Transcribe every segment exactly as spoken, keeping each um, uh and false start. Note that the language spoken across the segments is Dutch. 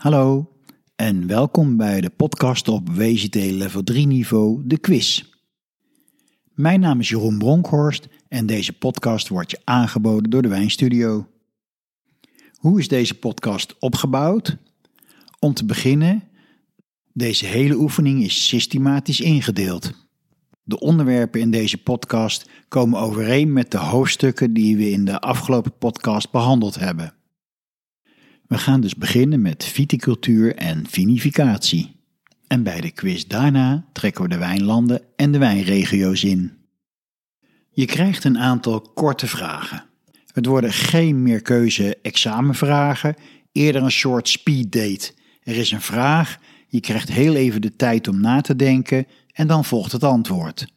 Hallo en welkom bij de podcast op W C T level drie niveau, de quiz. Mijn naam is Jeroen Bronkhorst en deze podcast wordt je aangeboden door de Wijnstudio. Hoe is deze podcast opgebouwd? Om te beginnen, deze hele oefening is systematisch ingedeeld. De onderwerpen in deze podcast komen overeen met de hoofdstukken die we in de afgelopen podcast behandeld hebben. We gaan dus beginnen met viticultuur en vinificatie. En bij de quiz daarna trekken we de wijnlanden en de wijnregio's in. Je krijgt een aantal korte vragen. Het worden geen meerkeuze examenvragen, eerder een soort speeddate. Er is een vraag, je krijgt heel even de tijd om na te denken en dan volgt het antwoord.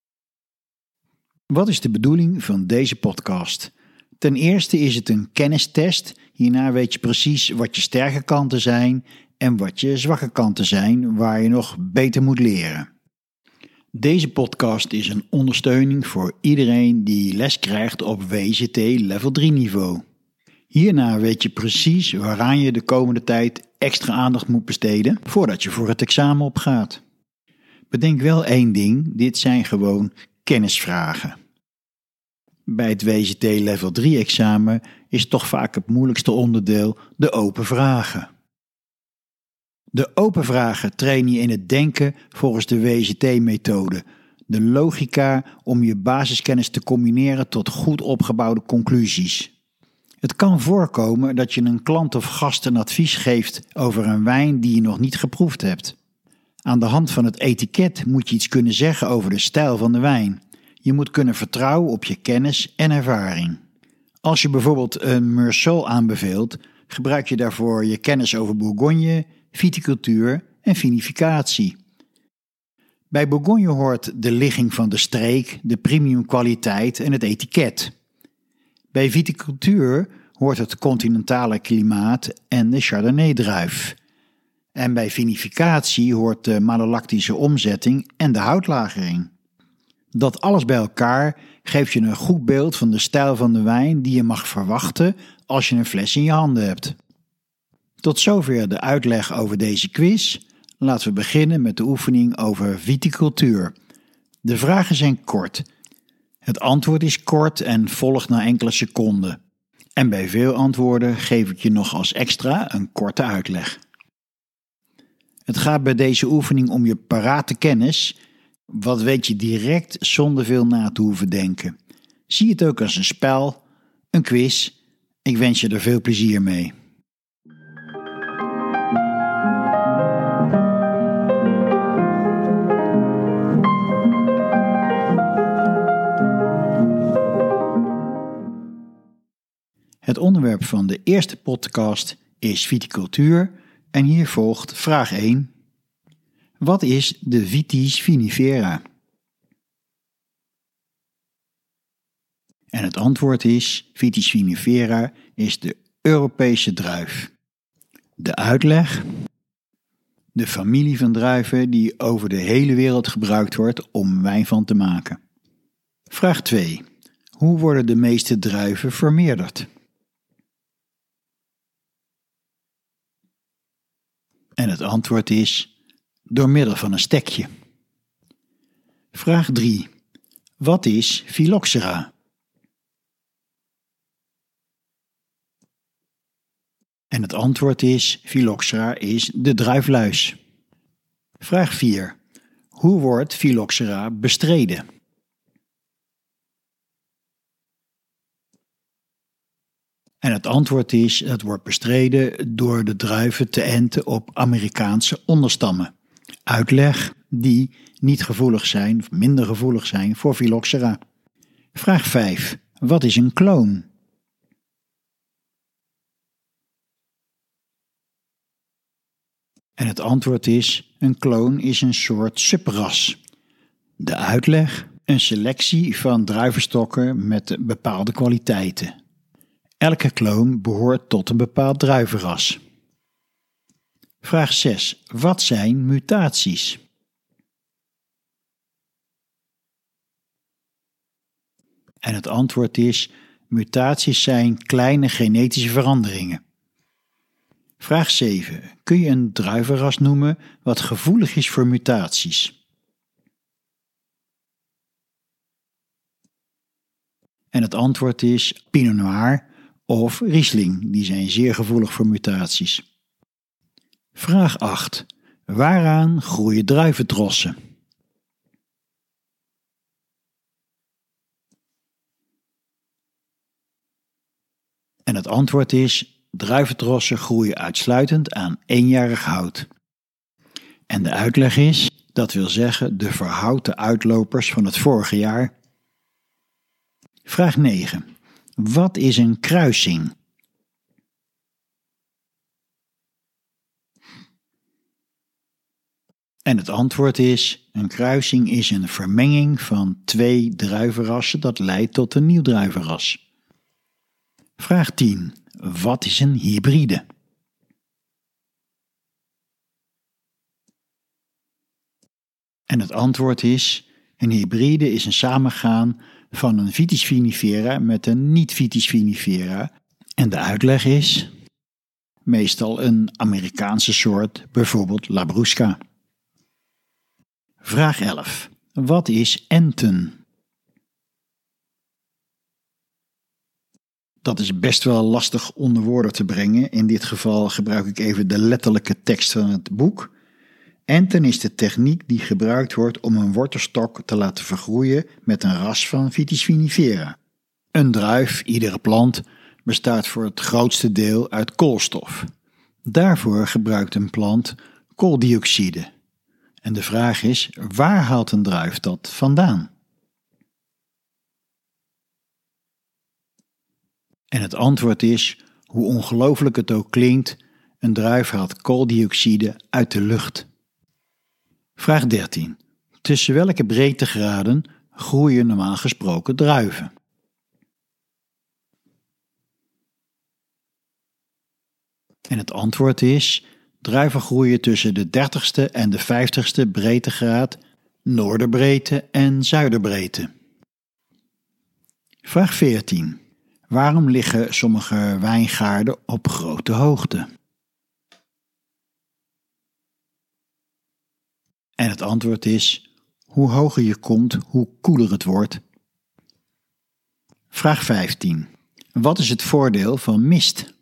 Wat is de bedoeling van deze podcast? Ten eerste is het een kennistest. Hierna weet je precies wat je sterke kanten zijn en wat je zwakke kanten zijn waar je nog beter moet leren. Deze podcast is een ondersteuning voor iedereen die les krijgt op W C T level drie niveau. Hierna weet je precies waaraan je de komende tijd extra aandacht moet besteden voordat je voor het examen opgaat. Bedenk wel één ding, dit zijn gewoon kennisvragen. Bij het W C T level drie examen is toch vaak het moeilijkste onderdeel de open vragen. De open vragen train je in het denken volgens de W C T-methode, de logica om je basiskennis te combineren tot goed opgebouwde conclusies. Het kan voorkomen dat je een klant of gast een advies geeft over een wijn die je nog niet geproefd hebt. Aan de hand van het etiket moet je iets kunnen zeggen over de stijl van de wijn. Je moet kunnen vertrouwen op je kennis en ervaring. Als je bijvoorbeeld een Meursault aanbeveelt, gebruik je daarvoor je kennis over Bourgogne, viticultuur en vinificatie. Bij Bourgogne hoort de ligging van de streek, de premiumkwaliteit en het etiket. Bij viticultuur hoort het continentale klimaat en de Chardonnay-druif. En bij vinificatie hoort de malolactische omzetting en de houtlagering. Dat alles bij elkaar geeft je een goed beeld van de stijl van de wijn die je mag verwachten als je een fles in je handen hebt. Tot zover de uitleg over deze quiz. Laten we beginnen met de oefening over viticultuur. De vragen zijn kort. Het antwoord is kort en volgt na enkele seconden. En bij veel antwoorden geef ik je nog als extra een korte uitleg. Het gaat bij deze oefening om je parate kennis. Wat weet je direct zonder veel na te hoeven denken. Zie het ook als een spel, een quiz. Ik wens je er veel plezier mee. Het onderwerp van de eerste podcast is viticultuur en hier volgt vraag één. Wat is de Vitis vinifera? En het antwoord is, Vitis vinifera is de Europese druif. De uitleg, de familie van druiven die over de hele wereld gebruikt wordt om wijn van te maken. Vraag twee. Hoe worden de meeste druiven vermeerderd? En het antwoord is, door middel van een stekje. Vraag drie. Wat is Phylloxera? En het antwoord is, Phylloxera is de druifluis. Vraag vier. Hoe wordt Phylloxera bestreden? En het antwoord is, het wordt bestreden door de druiven te enten op Amerikaanse onderstammen. Uitleg die niet gevoelig zijn of minder gevoelig zijn voor Phylloxera. Vraag vijf. Wat is een kloon? En het antwoord is, een kloon is een soort subras. De uitleg, een selectie van druivenstokken met bepaalde kwaliteiten. Elke kloon behoort tot een bepaald druivenras. Vraag zes. Wat zijn mutaties? En het antwoord is, mutaties zijn kleine genetische veranderingen. Vraag zeven. Kun je een druivenras noemen wat gevoelig is voor mutaties? En het antwoord is Pinot Noir of Riesling. Die zijn zeer gevoelig voor mutaties. Vraag acht. Waaraan groeien druiventrossen? En het antwoord is: druiventrossen groeien uitsluitend aan eenjarig hout. En de uitleg is, dat wil zeggen de verhouten uitlopers van het vorige jaar. Vraag negen. Wat is een kruising? En het antwoord is: een kruising is een vermenging van twee druivenrassen dat leidt tot een nieuw druivenras. Vraag tien. Wat is een hybride? En het antwoord is: een hybride is een samengaan van een Vitis vinifera met een niet-Vitis vinifera. En de uitleg is meestal een Amerikaanse soort, bijvoorbeeld Labrusca. Vraag elf. Wat is enten? Dat is best wel lastig onder woorden te brengen. In dit geval gebruik ik even de letterlijke tekst van het boek. Enten is de techniek die gebruikt wordt om een wortelstok te laten vergroeien met een ras van Vitis vinifera. Een druif, iedere plant, bestaat voor het grootste deel uit koolstof. Daarvoor gebruikt een plant kooldioxide. En de vraag is, waar haalt een druif dat vandaan? En het antwoord is, hoe ongelooflijk het ook klinkt, een druif haalt kooldioxide uit de lucht. Vraag dertien. Tussen welke breedtegraden groeien normaal gesproken druiven? En het antwoord is, druiven groeien tussen de dertigste en de vijftigste breedtegraad, noorderbreedte en zuiderbreedte. Vraag veertien. Waarom liggen sommige wijngaarden op grote hoogte? En het antwoord is, hoe hoger je komt, hoe koeler het wordt. Vraag vijftien. Wat is het voordeel van mist?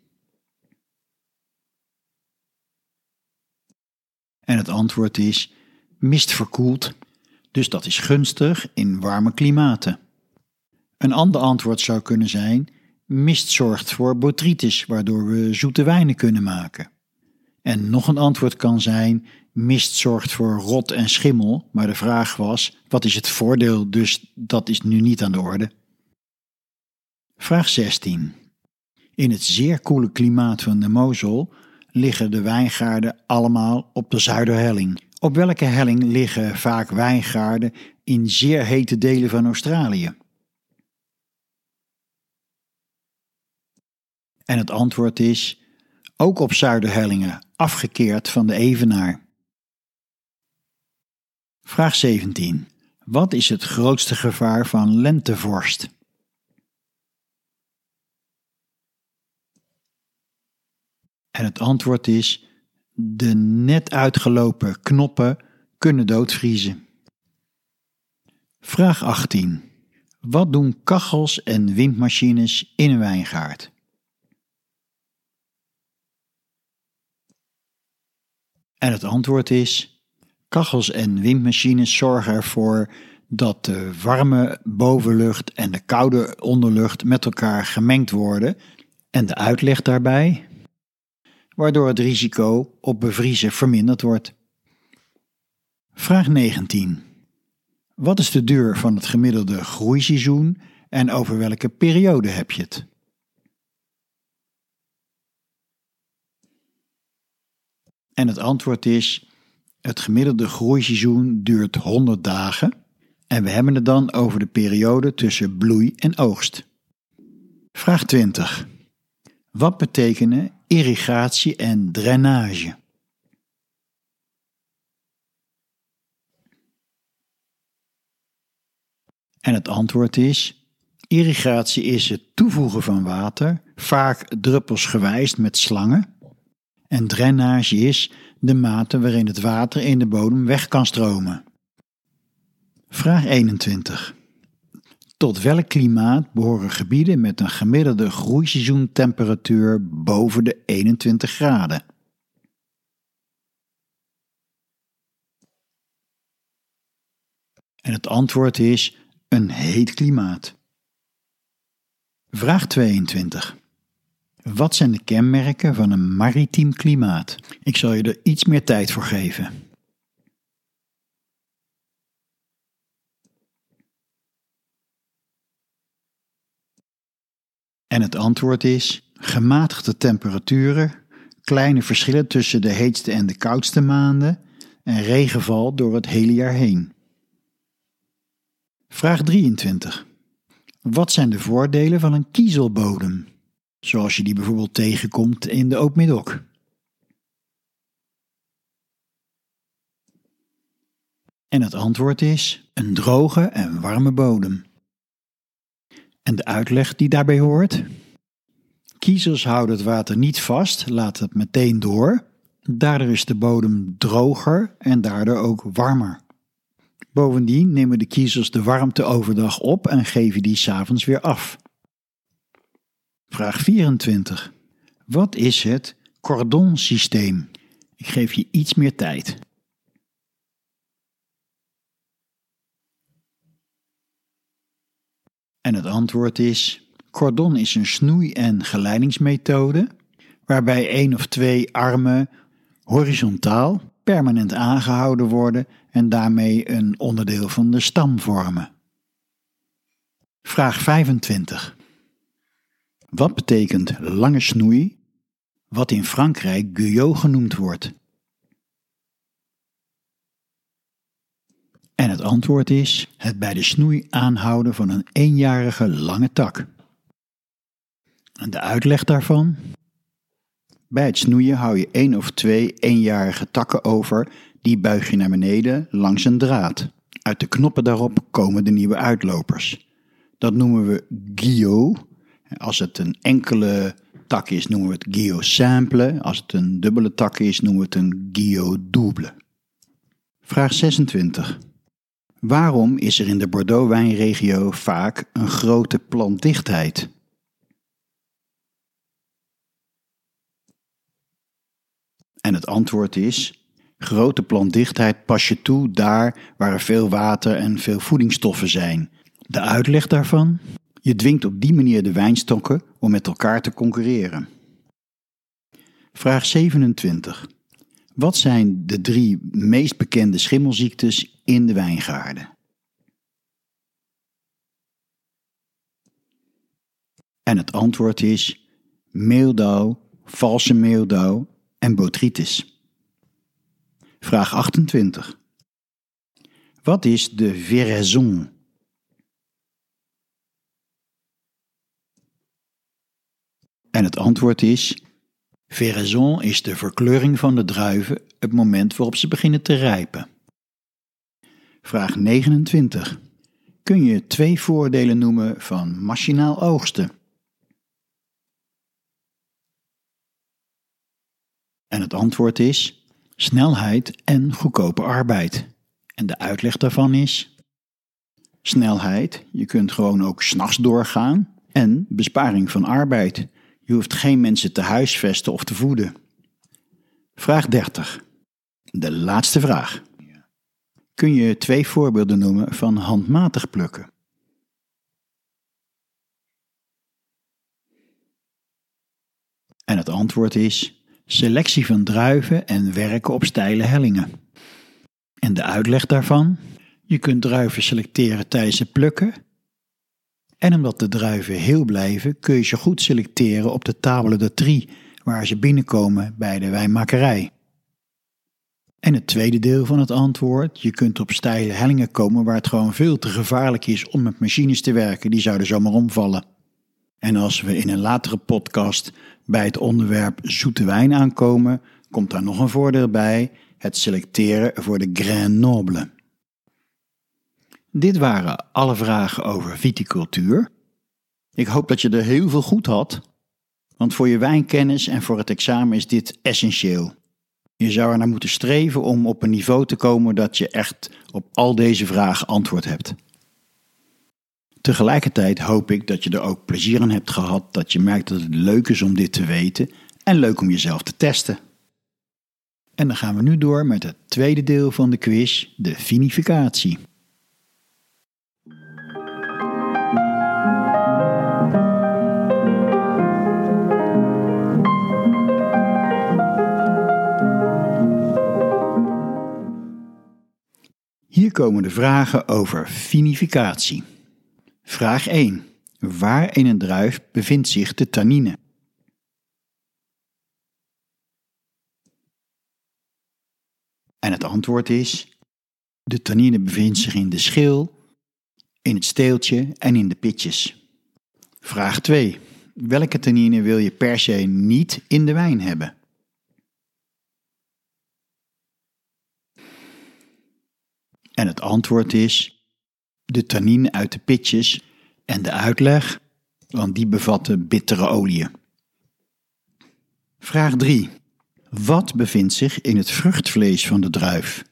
En het antwoord is, mist verkoelt, dus dat is gunstig in warme klimaten. Een ander antwoord zou kunnen zijn, mist zorgt voor botrytis, waardoor we zoete wijnen kunnen maken. En nog een antwoord kan zijn, mist zorgt voor rot en schimmel, maar de vraag was, wat is het voordeel, dus dat is nu niet aan de orde. Vraag zestien. In het zeer koele klimaat van de Mosel liggen de wijngaarden allemaal op de zuiderhelling. Op welke helling liggen vaak wijngaarden in zeer hete delen van Australië? En het antwoord is, ook op zuiderhellingen, afgekeerd van de evenaar. Vraag zeventien. Wat is het grootste gevaar van lentevorst? En het antwoord is, de net uitgelopen knoppen kunnen doodvriezen. Vraag achttien. Wat doen kachels en windmachines in een wijngaard? En het antwoord is, kachels en windmachines zorgen ervoor dat de warme bovenlucht en de koude onderlucht met elkaar gemengd worden en de uitleg daarbij, waardoor het risico op bevriezen verminderd wordt. Vraag negentien. Wat is de duur van het gemiddelde groeiseizoen en over welke periode heb je het? En het antwoord is, het gemiddelde groeiseizoen duurt honderd dagen en we hebben het dan over de periode tussen bloei en oogst. Vraag twintig. Wat betekenen irrigatie en drainage? En het antwoord is, irrigatie is het toevoegen van water, vaak druppelsgewijs met slangen. En drainage is de mate waarin het water in de bodem weg kan stromen. Vraag eenentwintig. Tot welk klimaat behoren gebieden met een gemiddelde groeiseizoentemperatuur boven de eenentwintig graden? En het antwoord is een heet klimaat. Vraag tweeëntwintig. Wat zijn de kenmerken van een maritiem klimaat? Ik zal je er iets meer tijd voor geven. En het antwoord is gematigde temperaturen, kleine verschillen tussen de heetste en de koudste maanden en regenval door het hele jaar heen. Vraag drieëntwintig. Wat zijn de voordelen van een kiezelbodem? Zoals je die bijvoorbeeld tegenkomt in de Oud-Middelk. En het antwoord is een droge en warme bodem. En de uitleg die daarbij hoort? Kiezels houden het water niet vast, laten het meteen door. Daardoor is de bodem droger en daardoor ook warmer. Bovendien nemen de kiezels de warmte overdag op en geven die 's avonds weer af. Vraag vierentwintig. Wat is het cordonsysteem? Ik geef je iets meer tijd. En het antwoord is: cordon is een snoei- en geleidingsmethode waarbij één of twee armen horizontaal permanent aangehouden worden en daarmee een onderdeel van de stam vormen. Vraag vijfentwintig. Wat betekent lange snoei, wat in Frankrijk guyot genoemd wordt? En het antwoord is het bij de snoei aanhouden van een eenjarige lange tak. En de uitleg daarvan? Bij het snoeien hou je één of twee eenjarige takken over, die buig je naar beneden langs een draad. Uit de knoppen daarop komen de nieuwe uitlopers. Dat noemen we guyot. Als het een enkele tak is, noemen we het guyot simple. Als het een dubbele tak is, noemen we het een guyot double. Vraag zesentwintig. Waarom is er in de Bordeaux-wijnregio vaak een grote plantdichtheid? En het antwoord is: grote plantdichtheid pas je toe daar waar er veel water en veel voedingsstoffen zijn. De uitleg daarvan? Je dwingt op die manier de wijnstokken om met elkaar te concurreren. Vraag zevenentwintig. Wat zijn de drie meest bekende schimmelziektes in de wijngaarden? En het antwoord is meeldauw, valse meeldauw en botrytis. Vraag achtentwintig. Wat is de veraison? En het antwoord is: veraison is de verkleuring van de druiven het moment waarop ze beginnen te rijpen. Vraag negenentwintig. Kun je twee voordelen noemen van machinaal oogsten? En het antwoord is snelheid en goedkope arbeid. En de uitleg daarvan is: snelheid, je kunt gewoon ook 's nachts doorgaan, en besparing van arbeid. Je hoeft geen mensen te huisvesten of te voeden. Vraag dertig. De laatste vraag. Kun je twee voorbeelden noemen van handmatig plukken? En het antwoord is selectie van druiven en werken op steile hellingen. En de uitleg daarvan? Je kunt druiven selecteren tijdens het plukken. En omdat de druiven heel blijven, kun je ze goed selecteren op de table de tri, waar ze binnenkomen bij de wijnmakerij. En het tweede deel van het antwoord: je kunt op steile hellingen komen waar het gewoon veel te gevaarlijk is om met machines te werken, die zouden zomaar omvallen. En als we in een latere podcast bij het onderwerp zoete wijn aankomen, komt daar nog een voordeel bij: het selecteren voor de Grain Noble. Dit waren alle vragen over viticultuur. Ik hoop dat je er heel veel goed had. Want voor je wijnkennis en voor het examen is dit essentieel. Je zou er naar moeten streven om op een niveau te komen dat je echt op al deze vragen antwoord hebt. Tegelijkertijd hoop ik dat je er ook plezier in hebt gehad, dat je merkt dat het leuk is om dit te weten en leuk om jezelf te testen. En dan gaan we nu door met het tweede deel van de quiz, de vinificatie. Hier komen de vragen over vinificatie. Vraag één. Waar in een druif bevindt zich de tannine? En het antwoord is: de tannine bevindt zich in de schil, in het steeltje en in de pitjes. Vraag twee. Welke tannine wil je per se niet in de wijn hebben? En het antwoord is: de tannine uit de pitjes en de uitleg, want die bevatten bittere oliën. Vraag drie. Wat bevindt zich in het vruchtvlees van de druif?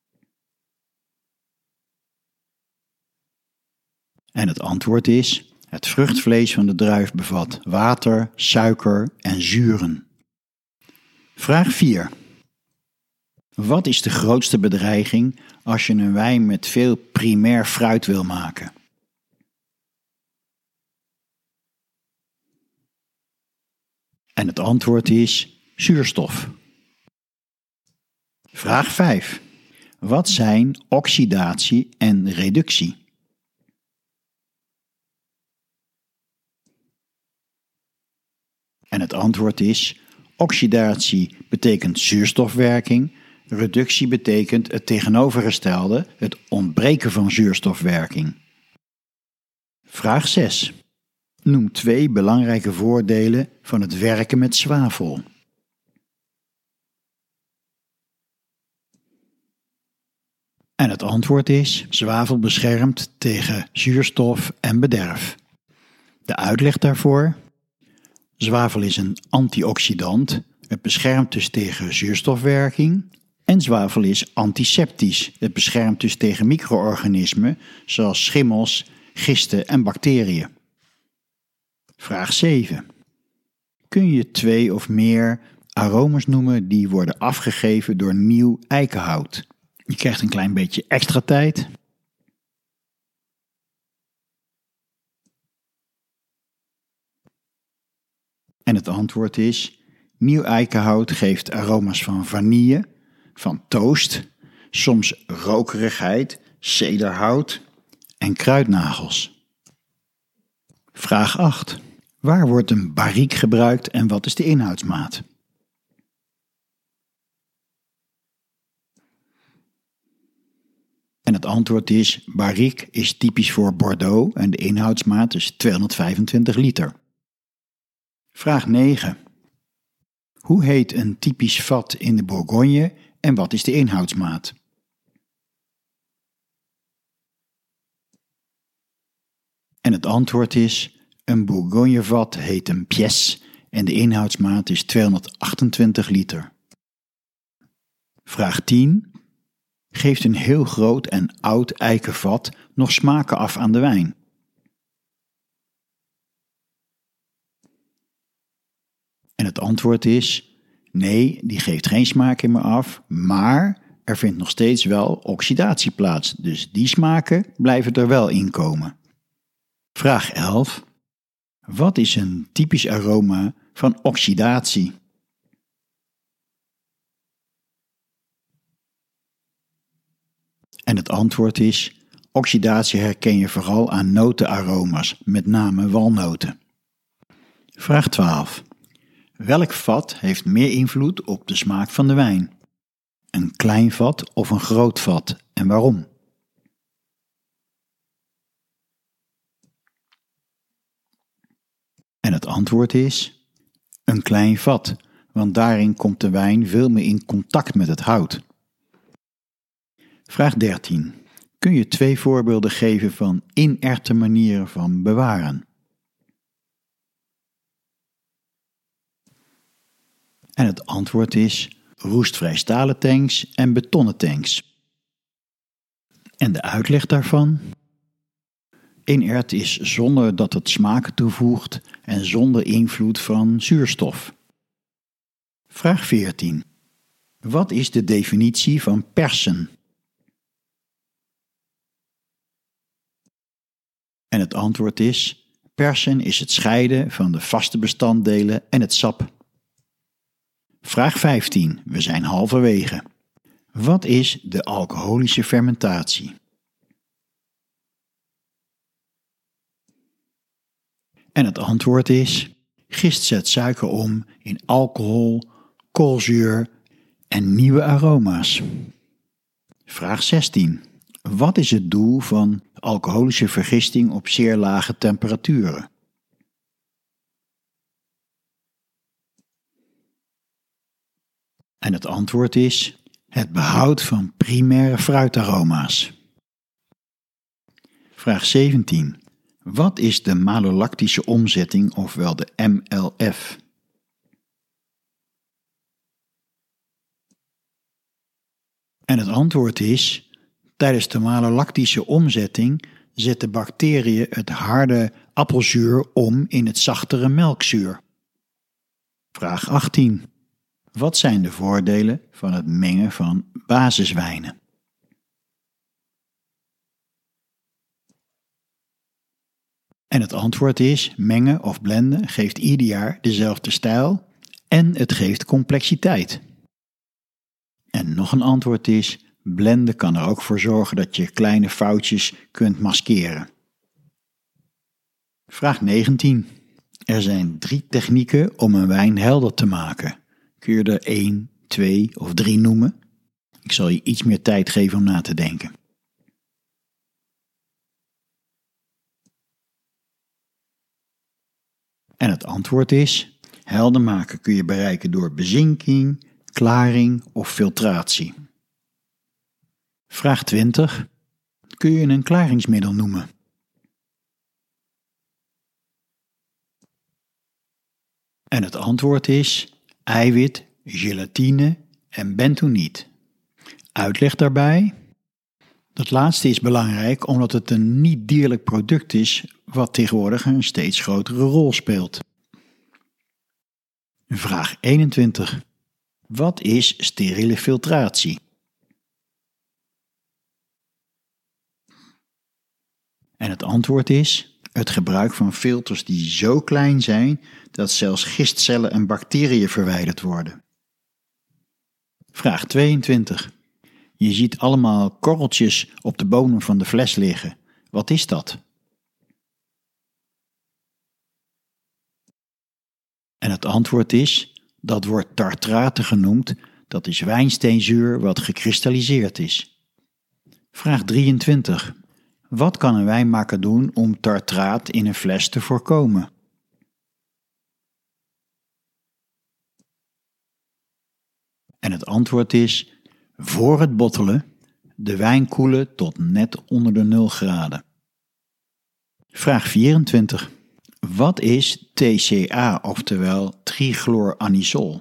En het antwoord is: het vruchtvlees van de druif bevat water, suiker en zuren. Vraag vier. Wat is de grootste bedreiging als je een wijn met veel primair fruit wil maken? En het antwoord is zuurstof. Vraag vijf. Wat zijn oxidatie en reductie? En het antwoord is: oxidatie betekent zuurstofwerking, reductie betekent het tegenovergestelde, het ontbreken van zuurstofwerking. Vraag zes. Noem twee belangrijke voordelen van het werken met zwavel. En het antwoord is: zwavel beschermt tegen zuurstof en bederf. De uitleg daarvoor: zwavel is een antioxidant, het beschermt dus tegen zuurstofwerking. En zwavel is antiseptisch, het beschermt dus tegen micro-organismen zoals schimmels, gisten en bacteriën. Vraag zeven. Kun je twee of meer aromas noemen die worden afgegeven door nieuw eikenhout? Je krijgt een klein beetje extra tijd. En het antwoord is: nieuw eikenhout geeft aroma's van vanille, van toast, soms rokerigheid, cederhout en kruidnagels. Vraag acht. Waar wordt een barrique gebruikt en wat is de inhoudsmaat? En het antwoord is: barrique is typisch voor Bordeaux en de inhoudsmaat is tweehonderdvijfentwintig liter. Vraag negen. Hoe heet een typisch vat in de Bourgogne en wat is de inhoudsmaat? En het antwoord is: een Bourgognevat heet een pièce en de inhoudsmaat is tweehonderdachtentwintig liter. Vraag tien. Geeft een heel groot en oud eikenvat nog smaken af aan de wijn? En het antwoord is: nee, die geeft geen smaken meer af, maar er vindt nog steeds wel oxidatie plaats, dus die smaken blijven er wel in komen. Vraag elf. Wat is een typisch aroma van oxidatie? En het antwoord is: oxidatie herken je vooral aan notenaroma's, met name walnoten. Vraag twaalf. Welk vat heeft meer invloed op de smaak van de wijn? Een klein vat of een groot vat en waarom? En het antwoord is: een klein vat, want daarin komt de wijn veel meer in contact met het hout. Vraag dertien. Kun je twee voorbeelden geven van inerte manieren van bewaren? En het antwoord is roestvrij stalen tanks en betonnen tanks. En de uitleg daarvan? Inert is zonder dat het smaken toevoegt en zonder invloed van zuurstof. Vraag veertien. Wat is de definitie van persen? En het antwoord is: persen is het scheiden van de vaste bestanddelen en het sap. Vraag vijftien. We zijn halverwege. Wat is de alcoholische fermentatie? En het antwoord is: gist zet suiker om in alcohol, koolzuur en nieuwe aroma's. Vraag zestien. Wat is het doel van alcoholische vergisting op zeer lage temperaturen? En het antwoord is: het behoud van primaire fruitaroma's. Vraag zeventien. Wat is de malolactische omzetting, ofwel de M L F? En het antwoord is: tijdens de malolactische omzetting zetten bacteriën het harde appelzuur om in het zachtere melkzuur. Vraag achttien. Wat zijn de voordelen van het mengen van basiswijnen? En het antwoord is: mengen of blenden geeft ieder jaar dezelfde stijl en het geeft complexiteit. En nog een antwoord is: blenden kan er ook voor zorgen dat je kleine foutjes kunt maskeren. Vraag negentien. Er zijn drie technieken om een wijn helder te maken. Kun je er één, twee of drie noemen? Ik zal je iets meer tijd geven om na te denken. En het antwoord is: helder maken kun je bereiken door bezinking, klaring of filtratie. Vraag twintig. Kun je een klaringsmiddel noemen? En het antwoord is: eiwit, gelatine en bentoniet. Uitleg daarbij: dat laatste is belangrijk omdat het een niet-dierlijk product is wat tegenwoordig een steeds grotere rol speelt. Vraag eenentwintig. Wat is steriele filtratie? En het antwoord is: het gebruik van filters die zo klein zijn dat zelfs gistcellen en bacteriën verwijderd worden. Vraag tweeëntwintig. Je ziet allemaal korreltjes op de bodem van de fles liggen. Wat is dat? En het antwoord is: dat wordt tartrate genoemd. Dat is wijnsteenzuur wat gekristalliseerd is. Vraag drieëntwintig. Wat kan een wijnmaker doen om tartraat in een fles te voorkomen? En het antwoord is: voor het bottelen de wijn koelen tot net onder de nul graden. Vraag vierentwintig. Wat is T C A, oftewel trichloranisol?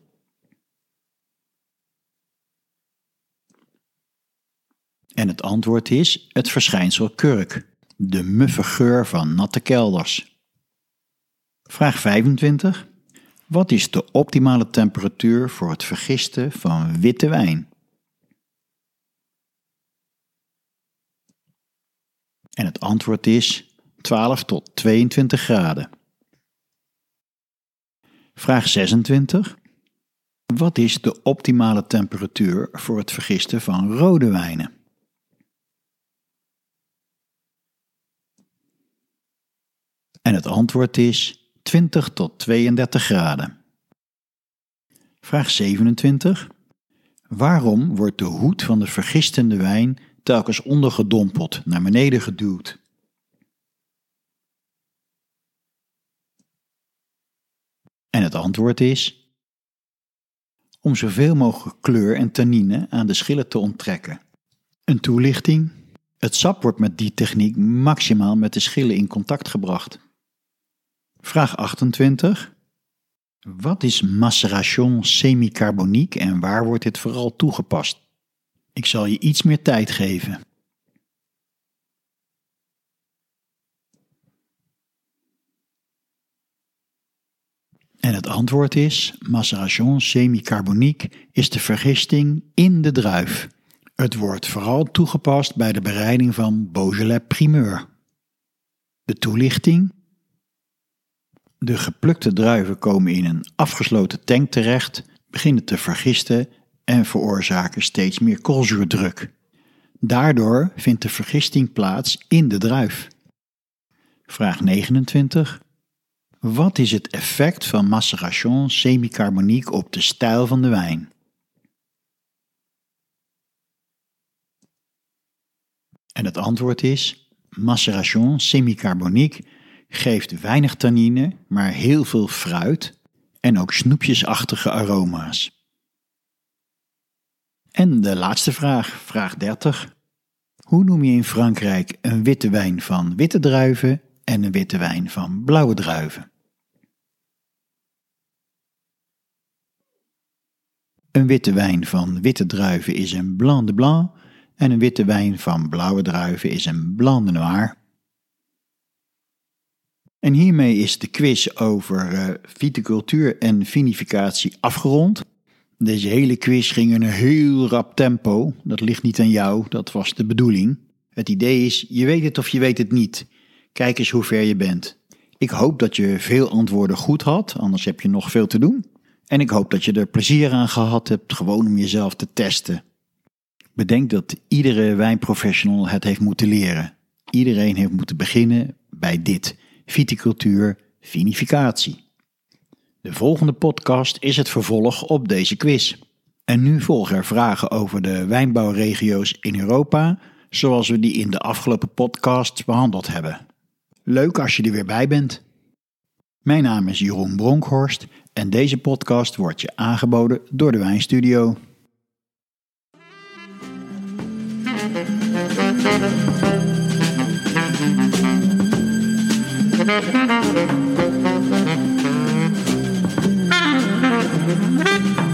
En het antwoord is: het verschijnsel kurk, de muffe geur van natte kelders. Vraag vijfentwintig. Wat is de optimale temperatuur voor het vergisten van witte wijn? En het antwoord is twaalf tot tweeëntwintig graden. Vraag zesentwintig. Wat is de optimale temperatuur voor het vergisten van rode wijnen? En het antwoord is twintig tot tweeëndertig graden. Vraag zevenentwintig. Waarom wordt de hoed van de vergistende wijn telkens ondergedompeld, naar beneden geduwd? En het antwoord is: om zoveel mogelijk kleur en tannine aan de schillen te onttrekken. Een toelichting: het sap wordt met die techniek maximaal met de schillen in contact gebracht. Vraag achtentwintig. Wat is maceration semi-carbonique en waar wordt dit vooral toegepast? Ik zal je iets meer tijd geven. En het antwoord is: maceration semi-carbonique is de vergisting in de druif. Het wordt vooral toegepast bij de bereiding van Beaujolais Primeur. De toelichting: de geplukte druiven komen in een afgesloten tank terecht, beginnen te vergisten en veroorzaken steeds meer koolzuurdruk. Daardoor vindt de vergisting plaats in de druif. Vraag negenentwintig. Wat is het effect van maceration semi-carbonique op de stijl van de wijn? En het antwoord is: maceration semi-carbonique geeft weinig tannine, maar heel veel fruit en ook snoepjesachtige aroma's. En de laatste vraag, vraag dertig. Hoe noem je in Frankrijk een witte wijn van witte druiven en een witte wijn van blauwe druiven? Een witte wijn van witte druiven is een blanc de blanc en een witte wijn van blauwe druiven is een blanc de noir. En hiermee is de quiz over uh, viticultuur en vinificatie afgerond. Deze hele quiz ging in een heel rap tempo. Dat ligt niet aan jou, dat was de bedoeling. Het idee is, je weet het of je weet het niet. Kijk eens hoe ver je bent. Ik hoop dat je veel antwoorden goed had, anders heb je nog veel te doen. En ik hoop dat je er plezier aan gehad hebt, gewoon om jezelf te testen. Bedenk dat iedere wijnprofessional het heeft moeten leren. Iedereen heeft moeten beginnen bij dit: viticultuur, vinificatie. De volgende podcast is het vervolg op deze quiz. En nu volgen er vragen over de wijnbouwregio's in Europa, zoals we die in de afgelopen podcasts behandeld hebben. Leuk als je er weer bij bent. Mijn naam is Jeroen Bronkhorst en deze podcast wordt je aangeboden door de Wijnstudio. Thank you.